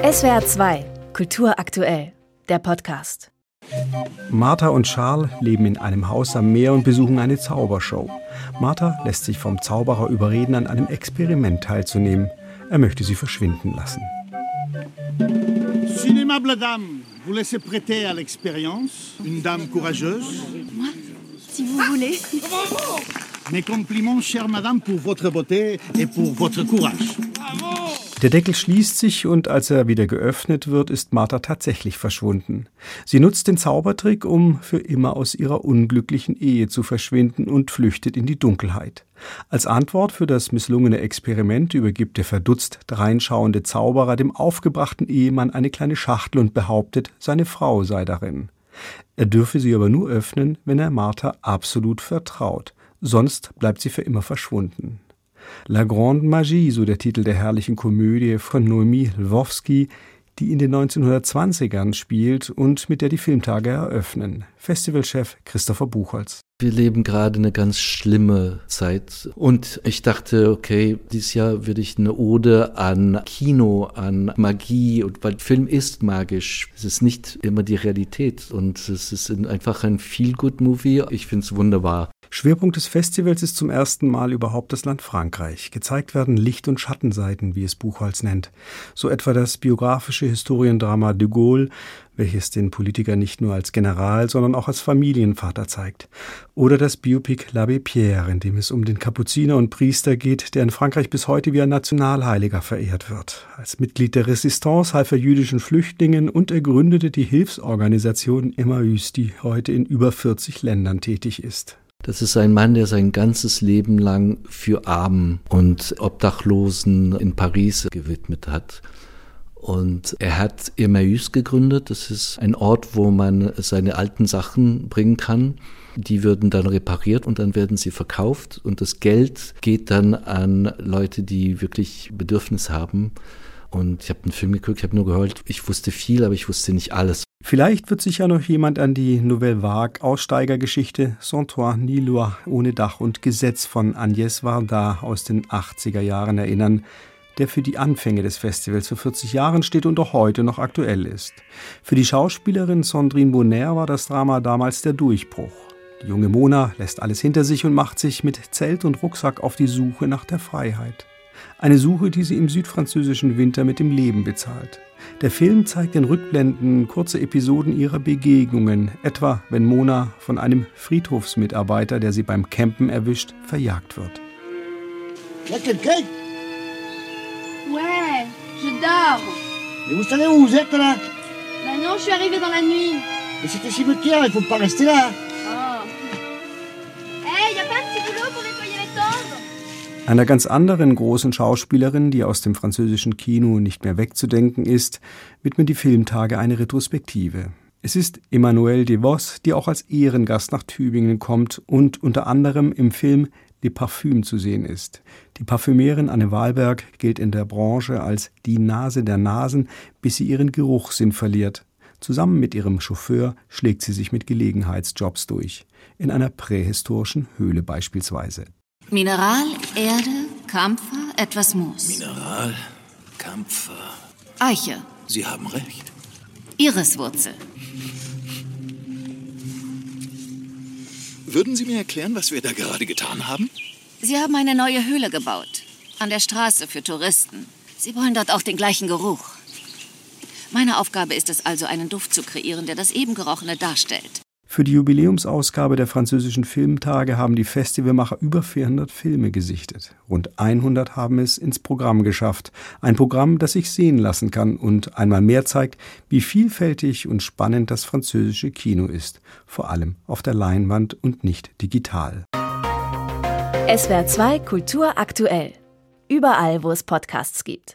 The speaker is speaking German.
SWR 2, Kultur aktuell, der Podcast. Martha und Charles leben in einem Haus am Meer und besuchen eine Zaubershow. Martha lässt sich vom Zauberer überreden, an einem Experiment teilzunehmen. Er möchte sie verschwinden lassen. Une aimable dame, vous laissez prêter à l'expérience, une dame courageuse. Moi, si vous voulez. Mes compliments, chère madame, pour votre beauté et pour votre courage. Der Deckel schließt sich und als er wieder geöffnet wird, ist Martha tatsächlich verschwunden. Sie nutzt den Zaubertrick, um für immer aus ihrer unglücklichen Ehe zu verschwinden und flüchtet in die Dunkelheit. Als Antwort für das misslungene Experiment übergibt der verdutzt dreinschauende Zauberer dem aufgebrachten Ehemann eine kleine Schachtel und behauptet, seine Frau sei darin. Er dürfe sie aber nur öffnen, wenn er Martha absolut vertraut. Sonst bleibt sie für immer verschwunden. La Grande Magie, so der Titel der herrlichen Komödie von Noémie Lvovsky, die in den 1920ern spielt und mit der die Filmtage eröffnen. Festivalchef Christopher Buchholz. Wir leben gerade eine ganz schlimme Zeit und ich dachte, okay, dieses Jahr würde ich eine Ode an Kino, an Magie, und weil Film ist magisch. Es ist nicht immer die Realität und es ist einfach ein Feel-Good-Movie. Ich finde es wunderbar. Schwerpunkt des Festivals ist zum ersten Mal überhaupt das Land Frankreich. Gezeigt werden Licht- und Schattenseiten, wie es Buchholz nennt. So etwa das biografische Historiendrama de Gaulle, welches den Politiker nicht nur als General, sondern auch als Familienvater zeigt. Oder das Biopic L'Abbé Pierre, in dem es um den Kapuziner und Priester geht, der in Frankreich bis heute wie ein Nationalheiliger verehrt wird. Als Mitglied der Resistance half er jüdischen Flüchtlingen und er gründete die Hilfsorganisation Emmaüs, die heute in über 40 Ländern tätig ist. Das ist ein Mann, der sein ganzes Leben lang für Armen und Obdachlosen in Paris gewidmet hat. Und er hat Emmaüs gegründet. Das ist ein Ort, wo man seine alten Sachen bringen kann. Die würden dann repariert und dann werden sie verkauft. Und das Geld geht dann an Leute, die wirklich Bedürfnis haben. Und ich habe einen Film geguckt, ich habe nur geheult. Ich wusste viel, aber ich wusste nicht alles. Vielleicht wird sich ja noch jemand an die Nouvelle Vague Aussteigergeschichte Sans Toit ni Loi, ohne Dach und Gesetz von Agnès Varda aus den 80er Jahren erinnern, der für die Anfänge des Festivals vor 40 Jahren steht und auch heute noch aktuell ist. Für die Schauspielerin Sandrine Bonnaire war das Drama damals der Durchbruch. Die junge Mona lässt alles hinter sich und macht sich mit Zelt und Rucksack auf die Suche nach der Freiheit. Eine Suche, die sie im südfranzösischen Winter mit dem Leben bezahlt. Der Film zeigt in Rückblenden kurze Episoden ihrer Begegnungen, etwa wenn Mona von einem Friedhofsmitarbeiter, der sie beim Campen erwischt, verjagt wird. Y'a quelqu'un? Ouais, je dors. Mais vous savez où vous êtes là? Bah non, je suis arrivée dans la nuit. Mais c'est un cimetière, il faut pas rester là. Oh. Hey, y a pas un petit boulot pour nettoyer les tombes? Einer ganz anderen großen Schauspielerin, die aus dem französischen Kino nicht mehr wegzudenken ist, widmen die Filmtage eine Retrospektive. Es ist Emmanuelle Devos, die auch als Ehrengast nach Tübingen kommt und unter anderem im Film Les Parfums zu sehen ist. Die Parfümerin Anne Wahlberg gilt in der Branche als die Nase der Nasen, bis sie ihren Geruchssinn verliert. Zusammen mit ihrem Chauffeur schlägt sie sich mit Gelegenheitsjobs durch. In einer prähistorischen Höhle beispielsweise. Mineral, Erde, Kampfer, etwas Moos. Mineral, Kampfer. Eiche. Sie haben recht. Iriswurzel. Würden Sie mir erklären, was wir da gerade getan haben? Sie haben eine neue Höhle gebaut. An der Straße für Touristen. Sie wollen dort auch den gleichen Geruch. Meine Aufgabe ist es also, einen Duft zu kreieren, der das eben Gerochene darstellt. Für die Jubiläumsausgabe der französischen Filmtage haben die Festivalmacher über 400 Filme gesichtet. Rund 100 haben es ins Programm geschafft. Ein Programm, das sich sehen lassen kann und einmal mehr zeigt, wie vielfältig und spannend das französische Kino ist. Vor allem auf der Leinwand und nicht digital. SWR 2 Kultur aktuell. Überall, wo es Podcasts gibt.